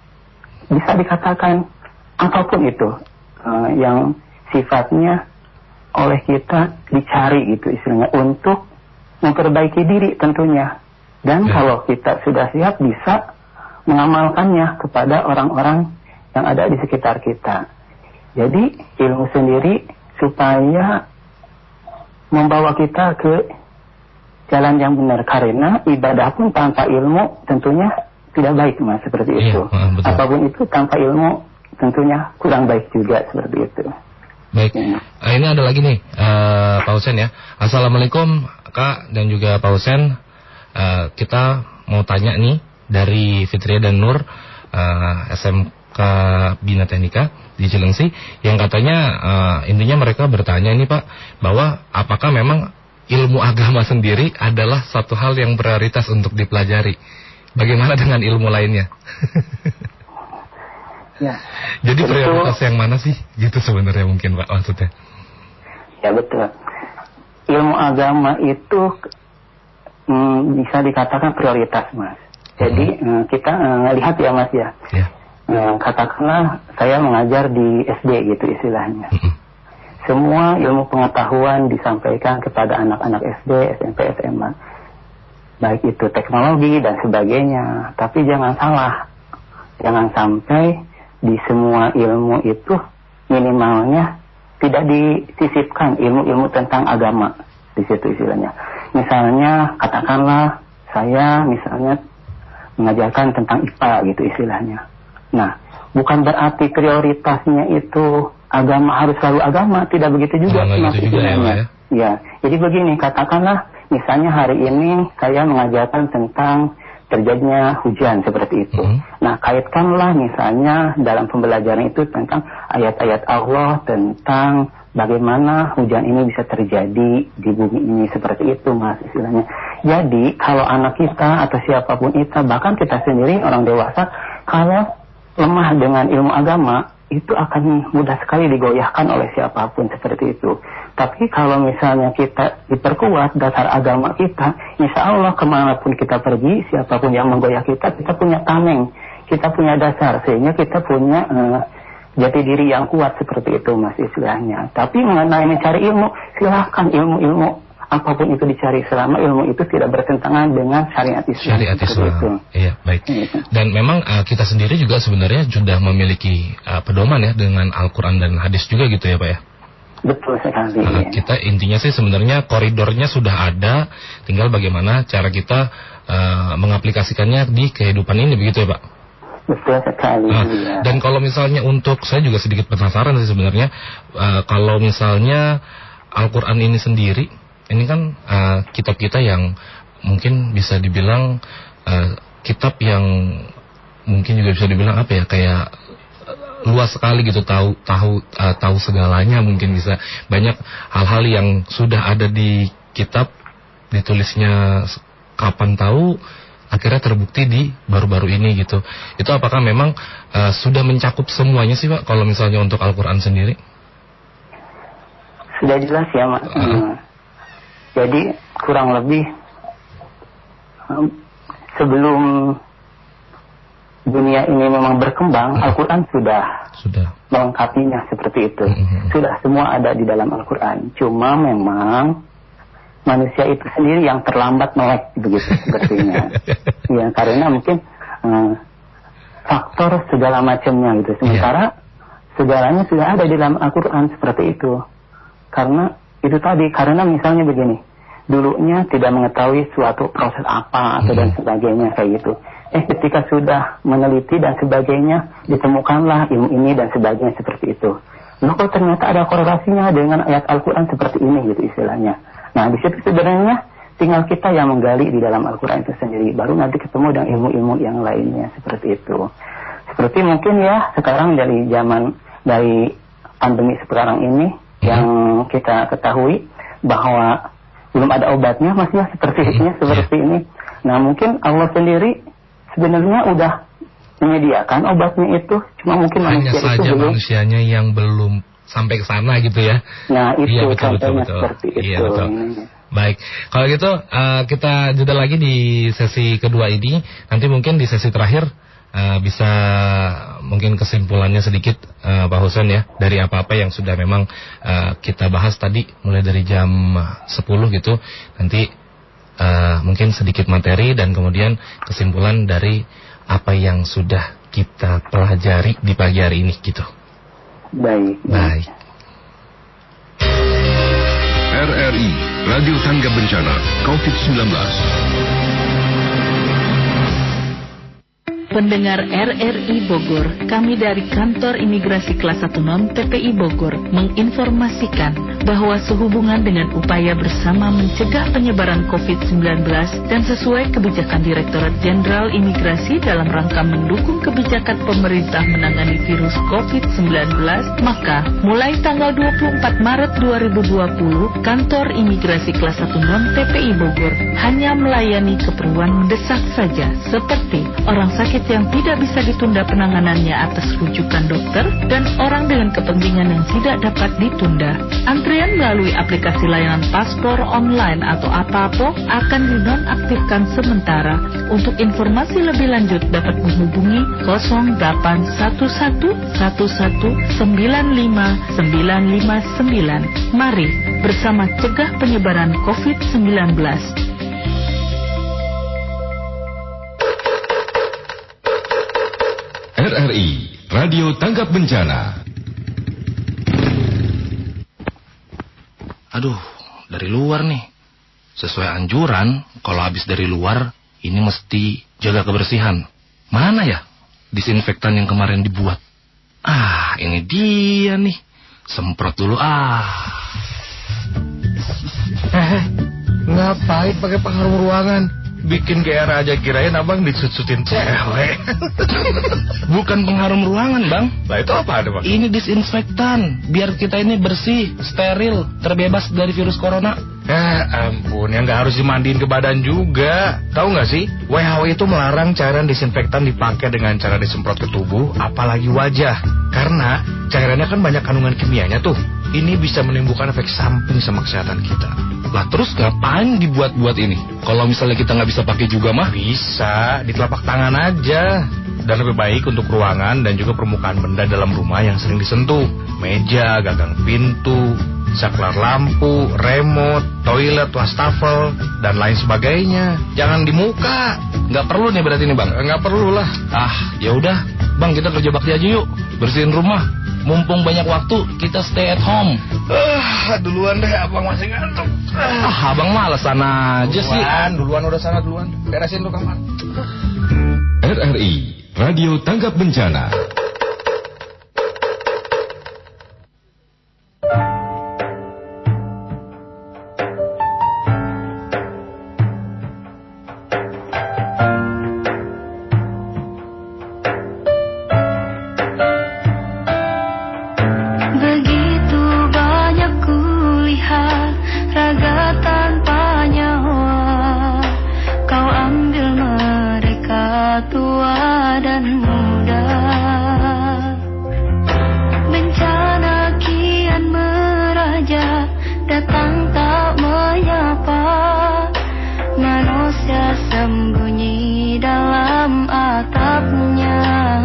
bisa dikatakan apapun itu uh, yang sifatnya oleh kita dicari gitu istilahnya untuk memperbaiki diri tentunya. Dan ya. Kalau kita sudah siap bisa mengamalkannya kepada orang-orang yang ada di sekitar kita. Jadi ilmu sendiri supaya membawa kita ke jalan yang benar, karena ibadah pun tanpa ilmu tentunya tidak baik Mas, seperti iya, itu. betul. Apapun itu tanpa ilmu tentunya kurang baik juga, seperti itu. Baik, ya. uh, ini ada lagi nih uh, Pak Husen ya. Assalamualaikum Kak dan juga Pak Husen. uh, Kita mau tanya nih dari Fitria dan Nur, uh, S M K Bina Teknika di Cilengsi, yang katanya uh, intinya mereka bertanya ini Pak, bahwa apakah memang ilmu agama sendiri adalah satu hal yang prioritas untuk dipelajari? Bagaimana dengan ilmu lainnya? Ya. Jadi prioritas yang mana sih? Gitu sebenarnya mungkin Pak maksudnya. Ya betul. Ilmu agama itu mm, bisa dikatakan prioritas Mas. Jadi hmm. mm, kita mm, lihat ya Mas ya. Ya. Nah, katakanlah saya mengajar di S D gitu istilahnya. Mm-hmm. Semua ilmu pengetahuan disampaikan kepada anak-anak S D, S M P, S M A. Baik itu teknologi dan sebagainya. Tapi jangan salah. Jangan sampai di semua ilmu itu minimalnya tidak disisipkan ilmu-ilmu tentang agama di situ istilahnya. Misalnya katakanlah saya misalnya mengajarkan tentang I P A gitu istilahnya. Nah, bukan berarti prioritasnya itu agama harus selalu agama, tidak begitu juga. Nah, gitu juga ya, ya. Ya, jadi begini, katakanlah misalnya hari ini saya mengajarkan tentang terjadinya hujan seperti itu. Hmm. Nah, kaitkanlah misalnya dalam pembelajaran itu tentang ayat-ayat Allah tentang bagaimana hujan ini bisa terjadi di bumi ini seperti itu, Mas, istilahnya. Jadi, kalau anak kita atau siapapun itu, bahkan kita sendiri orang dewasa, kalau lemah dengan ilmu agama, itu akan mudah sekali digoyahkan oleh siapapun seperti itu. Tapi kalau misalnya kita diperkuat dasar agama kita, insya Allah kemanapun kita pergi, siapapun yang menggoyah kita, kita punya tameng, kita punya dasar, sehingga kita punya uh, jati diri yang kuat seperti itu, Mas, istilahnya. Tapi mengenai mencari ilmu, silahkan ilmu-ilmu apapun itu dicari selama ilmu itu tidak bertentangan dengan syariat Islam. Syariat Islam. Itu. Iya, baik. Dan memang uh, kita sendiri juga sebenarnya sudah memiliki uh, pedoman ya dengan Al-Quran dan hadis juga gitu ya, Pak ya. Betul sekali. Uh, kita intinya sih sebenarnya koridornya sudah ada, tinggal bagaimana cara kita uh, mengaplikasikannya di kehidupan ini, begitu ya, Pak. Betul sekali. Nah, ya. Dan kalau misalnya untuk saya juga sedikit penasaran sih sebenarnya, uh, kalau misalnya Al-Quran ini sendiri, ini kan uh, kitab kita yang mungkin bisa dibilang uh, kitab yang mungkin juga bisa dibilang apa ya, kayak uh, luas sekali gitu, tahu tahu uh, tahu segalanya, mungkin bisa banyak hal-hal yang sudah ada di kitab, ditulisnya kapan tahu akhirnya terbukti di baru-baru ini gitu. Itu apakah memang uh, sudah mencakup semuanya sih, Pak, kalau misalnya untuk Al-Quran sendiri? Sudah jelas ya, Mas. Uh -huh. Jadi kurang lebih um, sebelum dunia ini memang berkembang, mm-hmm. Al-Quran sudah, sudah melengkapinya seperti itu. Mm-hmm. Sudah semua ada di dalam Al-Quran. Cuma memang manusia itu sendiri yang terlambat melek begitu sepertinya. Ya, karena mungkin um, faktor segala macamnya gitu. Sementara yeah. segalanya sudah ada di dalam Al-Quran seperti itu. Karena itu tadi, karena misalnya begini, dulunya tidak mengetahui suatu proses apa atau hmm. dan sebagainya kayak gitu. Eh ketika sudah meneliti dan sebagainya, ditemukanlah ilmu ini dan sebagainya seperti itu. Loh kok ternyata ada korelasinya dengan ayat Al-Quran seperti ini gitu istilahnya. Nah di situ sebenarnya tinggal kita yang menggali di dalam Al-Quran itu sendiri, baru nanti ketemu dengan ilmu-ilmu yang lainnya seperti itu. Seperti mungkin ya sekarang dari zaman dari pandemi sekarang ini, yang kita ketahui bahwa belum ada obatnya, masih sepertinya seperti ini. Nah mungkin Allah sendiri sebenarnya udah menyediakan obatnya itu, cuma mungkin hanya manusia saja itu belum, manusianya yang belum sampai ke sana gitu ya. Nah itu iya, betul, betul, betul. seperti Iya, itu. Betul. Baik, kalau gitu uh, kita jeda lagi di sesi kedua ini. Nanti mungkin di sesi terakhir Uh, bisa mungkin kesimpulannya sedikit uh, Pak Husain ya, dari apa-apa yang sudah memang uh, kita bahas tadi mulai dari jam sepuluh gitu. Nanti uh, mungkin sedikit materi dan kemudian kesimpulan dari apa yang sudah kita pelajari di pagi hari ini gitu. Baik. Baik. R R I Radio Tangga Bencana covid sembilan belas. Pendengar R R I Bogor, kami dari Kantor Imigrasi Kelas satu Non T P I Bogor menginformasikan bahwa sehubungan dengan upaya bersama mencegah penyebaran covid sembilan belas dan sesuai kebijakan Direktorat Jenderal Imigrasi dalam rangka mendukung kebijakan pemerintah menangani virus covid sembilan belas, maka mulai tanggal dua puluh empat Maret dua ribu dua puluh, Kantor Imigrasi Kelas satu Non T P I Bogor hanya melayani keperluan mendesak saja, seperti orang sakit yang tidak bisa ditunda penanganannya atas rujukan dokter dan orang dengan kepentingan yang tidak dapat ditunda. Antrian melalui aplikasi layanan paspor online atau APAPO akan dinonaktifkan sementara. Untuk informasi lebih lanjut dapat menghubungi nol delapan satu satu satu satu sembilan lima sembilan lima sembilan. Mari bersama cegah penyebaran covid sembilan belas. R R I Radio Tanggap Bencana. Aduh, dari luar nih. Sesuai anjuran, kalau habis dari luar, ini mesti jaga kebersihan. Mana ya disinfektan yang kemarin dibuat? Ah, ini dia nih. Semprot dulu ah. Eh, ngapain pakai pengharum ruangan? Bikin G R aja kirain abang disusutin cewek. Bukan pengharum ruangan, Bang. Lah itu apa ada, Bang? Ini disinfektan, biar kita ini bersih, steril, terbebas dari virus corona. Ya ampun, yang nggak harus dimandiin ke badan juga. Tahu nggak sih, W H O itu melarang cairan disinfektan dipakai dengan cara disemprot ke tubuh, apalagi wajah. Karena cairannya kan banyak kandungan kimianya tuh. Ini bisa menimbulkan efek samping sama kesehatan kita. Lah terus ngapain dibuat-buat ini? Kalau misalnya kita nggak bisa pakai juga mah? Bisa, di telapak tangan aja. Dan lebih baik untuk ruangan dan juga permukaan benda dalam rumah yang sering disentuh. Meja, gagang pintu, saklar lampu, remote, toilet, wastafel, dan lain sebagainya. Jangan di muka. Nggak perlu nih berarti nih, Bang? Nggak perlu lah. Ah, ya udah, Bang, kita kerja bakti aja yuk. Bersihin rumah. Mumpung banyak waktu, kita stay at home. Ah, duluan deh, abang masih ngantuk. Ah, abang malas sana aja sih. Duluan, duluan udah sana duluan. Beresin tuh kamar. R R I Radio Tanggap Bencana. Begitu banyak kulihat raga tanpa nyawa. Kau ambil mereka tua dan muda. Bencana kian meraja, datang tak menyapa. Manusia sembunyi dalam atapnya.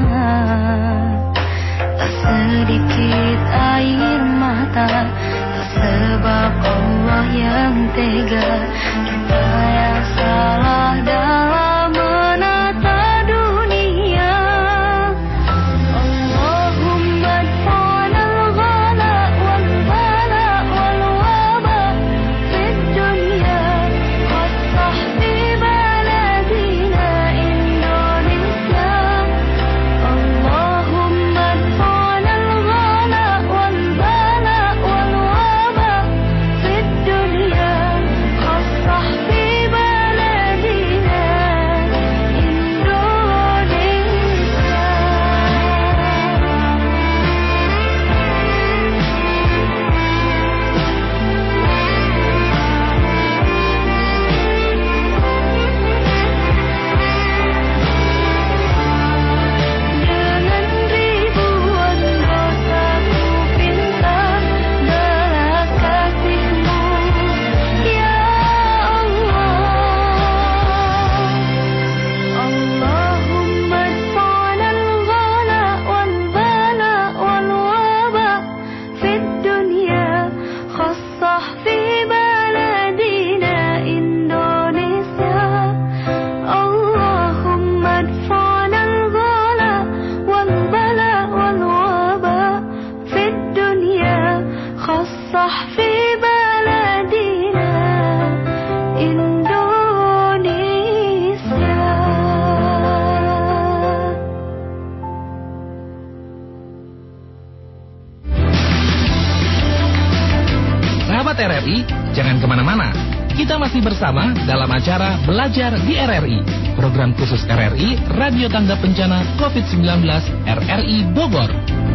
Tak sedikit air mata, tak sebab Allah yang tega. Kita yang salah dalam menata dunia. Allahumma adfa'na al-ghala wal-bala wal-waba fid dunya khassah fi baladina Indonesia. Allahumma adfa'na al-ghala wal-bala wal-waba fid dunya khassah fi baladina Dengan ribuan dosa ku pinta belas kasih-Mu, ya Allah. Allahumma adfa'na al-ghala wal-bala wal-waba fid dunya khassah fi baladina Indonesia. Allahumma adfa'na al-ghala wal-bala wal-waba fid dunya khassah fi baladina Indonesia. Sahabat R R I, jangan kemana-mana. Kita masih bersama dalam acara Belajar di R R I. Program khusus R R I, Radio Tanggap Bencana covid sembilan belas R R I Bogor.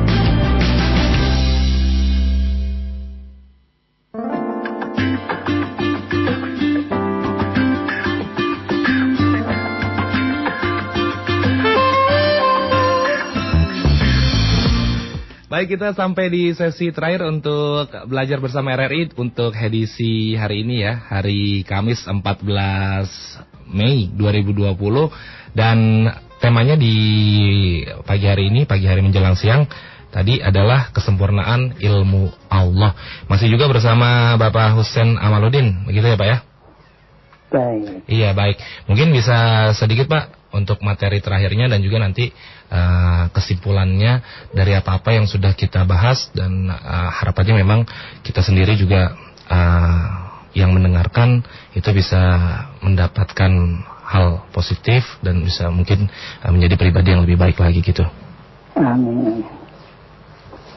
Baik, kita sampai di sesi terakhir untuk belajar bersama R R I untuk edisi hari ini ya, hari Kamis empat belas Mei dua ribu dua puluh. Dan temanya di pagi hari ini, pagi hari menjelang siang tadi adalah kesempurnaan ilmu Allah. Masih juga bersama Bapak Husein Amaluddin, begitu ya Pak ya? Baik. Iya, baik. Mungkin bisa sedikit Pak untuk materi terakhirnya dan juga nanti uh, kesimpulannya dari apa-apa yang sudah kita bahas, dan uh, harapannya memang kita sendiri juga uh, yang mendengarkan itu bisa mendapatkan hal positif dan bisa mungkin uh, menjadi pribadi yang lebih baik lagi gitu. Amin.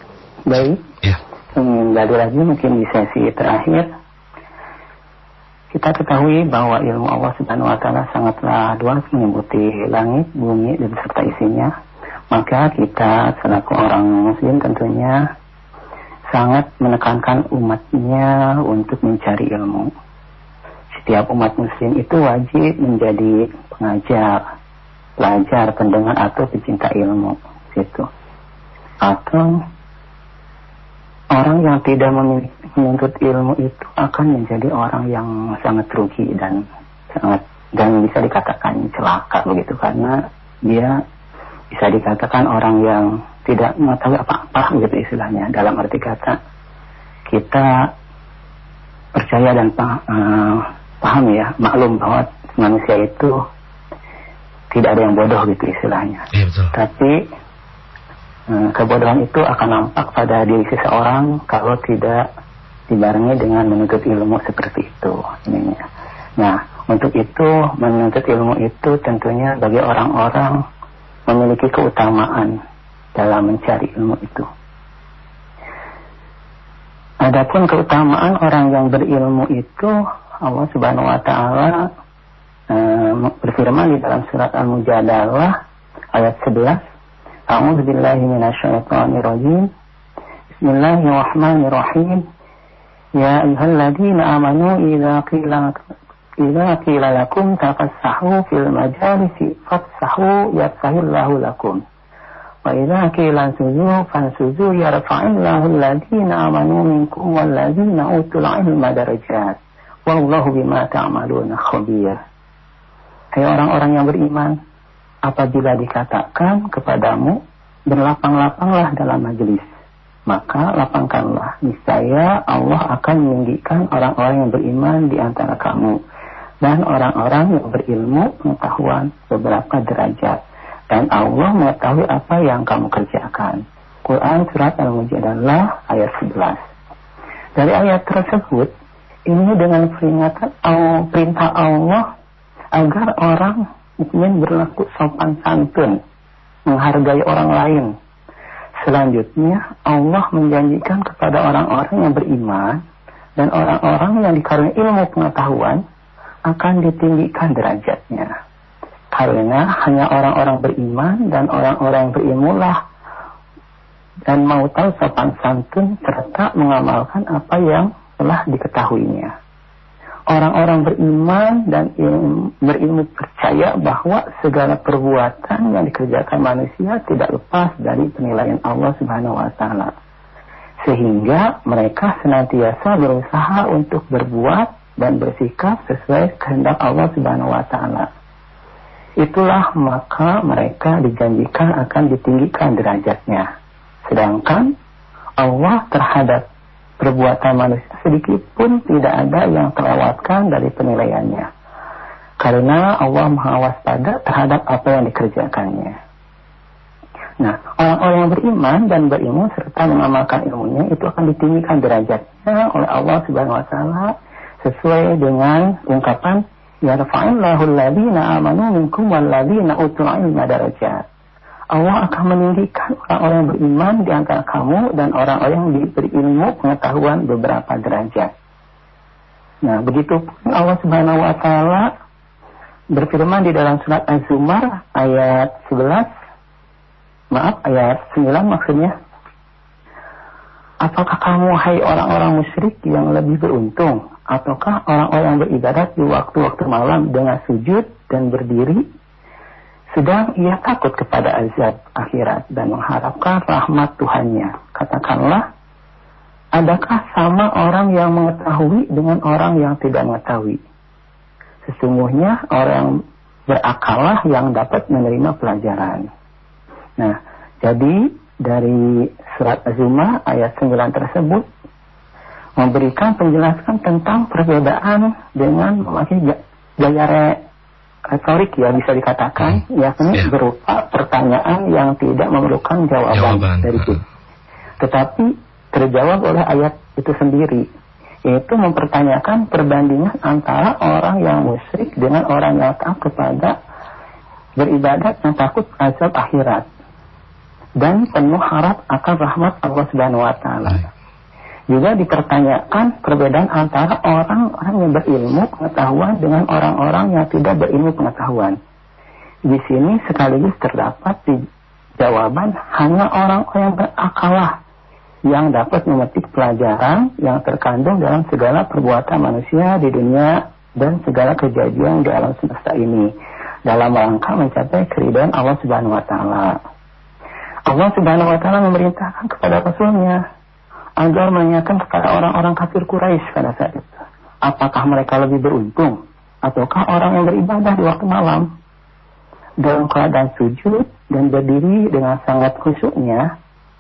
Baik. Ya. Kembali lagi mungkin di sesi terakhir kita ketahui bahwa ilmu Allah Subhanahu wa taala sangatlah luas, meliputi langit, bumi dan beserta isinya. Maka kita selaku orang muslim tentunya sangat menekankan umatnya untuk mencari ilmu. Setiap umat muslim itu wajib menjadi pengajar, pelajar, pendengar atau pecinta ilmu, gitu. Atau orang yang tidak menuntut ilmu itu akan menjadi orang yang sangat rugi dan sangat dan bisa dikatakan celaka begitu, karena dia bisa dikatakan orang yang tidak mengetahui apa-apa gitu istilahnya. Dalam arti kata kita percaya dan paham, uh, paham ya, maklum bahwa manusia itu tidak ada yang bodoh gitu istilahnya. Ya, betul. Tapi uh, kebodohan itu akan nampak pada diri seseorang kalau tidak dibarengi dengan menuntut ilmu seperti itu. Ininya. Nah, untuk itu menuntut ilmu itu tentunya bagi orang-orang memiliki keutamaan dalam mencari ilmu itu. Adapun keutamaan orang yang berilmu itu, Allah Subhanahu wa taala uh, berfirman di dalam surat Al-Mujadalah ayat sebelas, A'udzubillahi minasyaitonirrajim. Bismillahirrahmanirrahim. Ya ayyuhalladzina amanu idza qila idza qila lakum tafassahu fil majalisi fafsahu yafsahillahu lakum. Wa idza qila sujudu fansuju yarfa'illahu alladhina amanu minkum walladhina utul ilma darajat. Wallahu bima ta'maluna khabir. Hai orang-orang yang beriman, apabila dikatakan kepadamu berlapang-lapanglah dalam majelis, maka lapangkanlah, niscaya Allah akan meninggikan orang-orang yang beriman di antara kamu dan orang-orang yang berilmu pengetahuan beberapa derajat, dan Allah mengetahui apa yang kamu kerjakan. Quran surat Al-Mujadalah ayat sebelas. Dari ayat tersebut, ini dengan peringatan Allah, perintah Allah agar orang mukmin berlaku sopan santun, menghargai orang lain. Selanjutnya, Allah menjanjikan kepada orang-orang yang beriman dan orang-orang yang dikaruniai ilmu pengetahuan akan ditinggikan derajatnya. Karena hanya orang-orang beriman dan orang-orang yang berilmulah dan mau tahu sopan santun serta mengamalkan apa yang telah diketahuinya. Orang-orang beriman dan ilmu, berilmu percaya bahwa segala perbuatan yang dikerjakan manusia tidak lepas dari penilaian Allah Subhanahu wa taala. Sehingga mereka senantiasa berusaha untuk berbuat dan bersikap sesuai kehendak Allah Subhanahu wa taala. Itulah maka mereka dijanjikan akan ditinggikan derajatnya. Sedangkan Allah terhadap perbuatan manusia sedikit pun tidak ada yang terlewatkan dari penilaiannya. Karena Allah Maha waspada terhadap apa yang dikerjakannya. Nah, orang-orang yang beriman dan berilmu serta mengamalkan ilmunya itu akan ditinggikan derajatnya oleh Allah Subhanahu wa taala sesuai dengan ungkapan yarfa'illahu alladhina amanu minkum walladzina utul ilma darajat. Allah akan meninggikan orang-orang yang beriman di antara kamu dan orang-orang yang diberi ilmu pengetahuan beberapa derajat. Nah, begitu pun Allah Subhanahu wa taala berfirman di dalam surat Az-Zumar ayat sebelas, maaf ayat sembilan maksudnya. Apakah kamu hai orang-orang musyrik yang lebih beruntung, ataukah orang-orang yang beribadat di waktu-waktu malam dengan sujud dan berdiri, sedang ia takut kepada azab akhirat dan mengharapkan rahmat Tuhannya? Katakanlah, adakah sama orang yang mengetahui dengan orang yang tidak mengetahui? Sesungguhnya orang berakallah yang dapat menerima pelajaran. Nah, jadi dari surat Az-Zumar ayat sembilan tersebut memberikan penjelasan tentang perbedaan dengan memakai gaya retorik ya bisa dikatakan, yakni yeah. berupa pertanyaan yang tidak memerlukan jawaban, jawaban. dari kita. Tetapi terjawab oleh ayat itu sendiri, yaitu mempertanyakan perbandingan antara orang yang musyrik dengan orang yang taat kepada beribadat yang takut azab akhirat dan penuh harap akan rahmat Allah Subhanahu wa taala. Juga dipertanyakan perbedaan antara orang-orang yang berilmu pengetahuan dengan orang-orang yang tidak berilmu pengetahuan. Di sini sekaligus terdapat di jawaban hanya orang-orang yang berakalah yang dapat memetik pelajaran yang terkandung dalam segala perbuatan manusia di dunia dan segala kejadian di alam semesta ini dalam rangka mencapai keridhaan Allah Subhanahu wa taala. Allah Subhanahu wa taala memerintahkan kepada Rasulnya agar menanyakan kepada orang-orang kafir Quraisy pada saat itu, apakah mereka lebih beruntung ataukah orang yang beribadah di waktu malam dalam keadaan sujud dan berdiri dengan sangat khusyuknya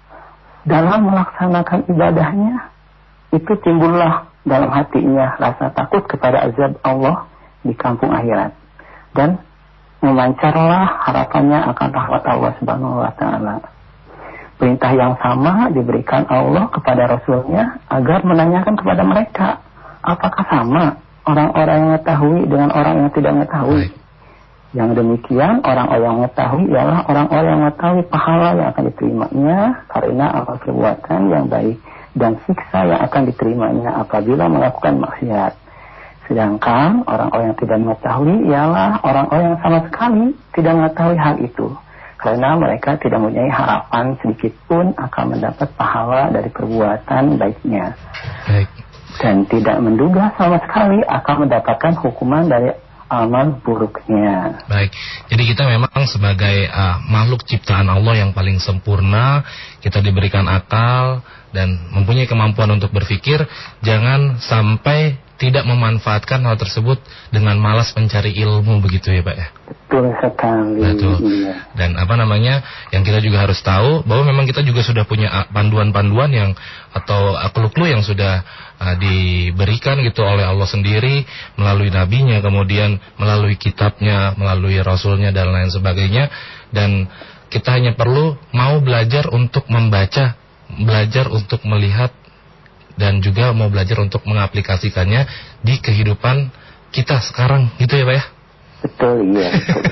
dalam melaksanakan ibadahnya, itu timbullah dalam hatinya rasa takut kepada azab Allah di kampung akhirat dan memancarlah harapannya akan rahmat Allah Subhanahu wa taala. Perintah yang sama diberikan Allah kepada Rasulnya agar menanyakan kepada mereka, apakah sama orang-orang yang mengetahui dengan orang yang tidak mengetahui. Yang demikian, orang-orang yang mengetahui ialah orang-orang yang mengetahui pahala yang akan diterimanya karena amal perbuatan yang baik dan siksa yang akan diterimanya apabila melakukan maksiat. Sedangkan orang-orang yang tidak mengetahui ialah orang-orang yang sama sekali tidak mengetahui hal itu, karena mereka tidak mempunyai harapan sedikit pun akan mendapat pahala dari perbuatan baiknya. Baik. Dan tidak menduga sama sekali akan mendapatkan hukuman dari amal buruknya. Baik, jadi kita memang sebagai uh, makhluk ciptaan Allah yang paling sempurna, kita diberikan akal dan mempunyai kemampuan untuk berpikir. Jangan sampai tidak memanfaatkan hal tersebut dengan malas mencari ilmu, begitu ya Pak ya? Betul sekali. Betul. Iya. Dan apa namanya, yang kita juga harus tahu bahwa memang kita juga sudah punya panduan-panduan yang atau clue-clue yang sudah uh, diberikan gitu oleh Allah sendiri melalui nabinya, kemudian melalui kitabnya, melalui rasulnya dan lain sebagainya. Dan kita hanya perlu mau belajar untuk membaca, belajar untuk melihat, dan juga mau belajar untuk mengaplikasikannya di kehidupan kita sekarang, gitu ya Pak ya? Betul, iya.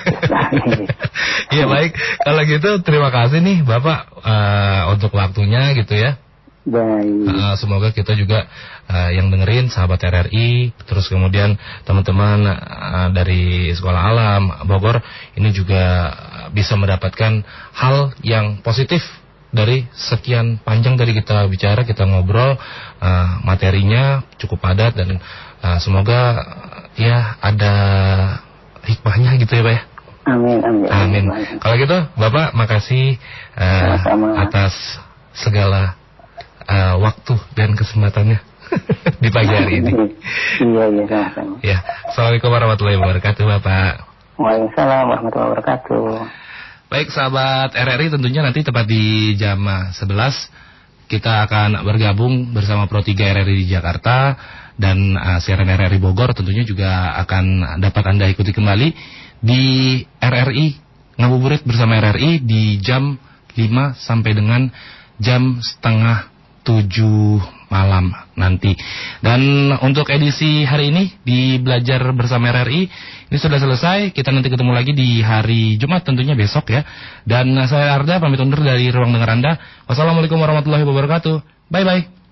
Iya baik, kalau gitu terima kasih nih Bapak uh, untuk waktunya gitu ya. Baik. Uh, semoga kita juga uh, yang dengerin sahabat R R I, terus kemudian teman-teman uh, dari Sekolah Alam Bogor ini juga bisa mendapatkan hal yang positif dari sekian panjang dari kita bicara, kita ngobrol, uh, materinya cukup padat dan uh, semoga uh, ya ada hikmahnya gitu ya Pak ya. Amin, amin. Amin. amin. Kalau gitu Bapak makasih uh, atas segala uh, waktu dan kesempatannya di pagi hari ini. Iya, iya, sama-sama. Ya, Assalamualaikum warahmatullahi wabarakatuh Bapak. Waalaikumsalam warahmatullahi wabarakatuh. Baik sahabat R R I, tentunya nanti tepat di jam sebelas kita akan bergabung bersama Pro tiga R R I di Jakarta. Dan uh, siaran R R I Bogor tentunya juga akan dapat Anda ikuti kembali di R R I Ngabuburit bersama R R I di jam lima sampai dengan jam setengah tujuh malam nanti. Dan untuk edisi hari ini di Belajar Bersama R R I ini sudah selesai. Kita nanti ketemu lagi di hari Jumat tentunya besok ya. Dan saya Arda pamit undur dari ruang dengar Anda. Wassalamualaikum warahmatullahi wabarakatuh. Bye bye.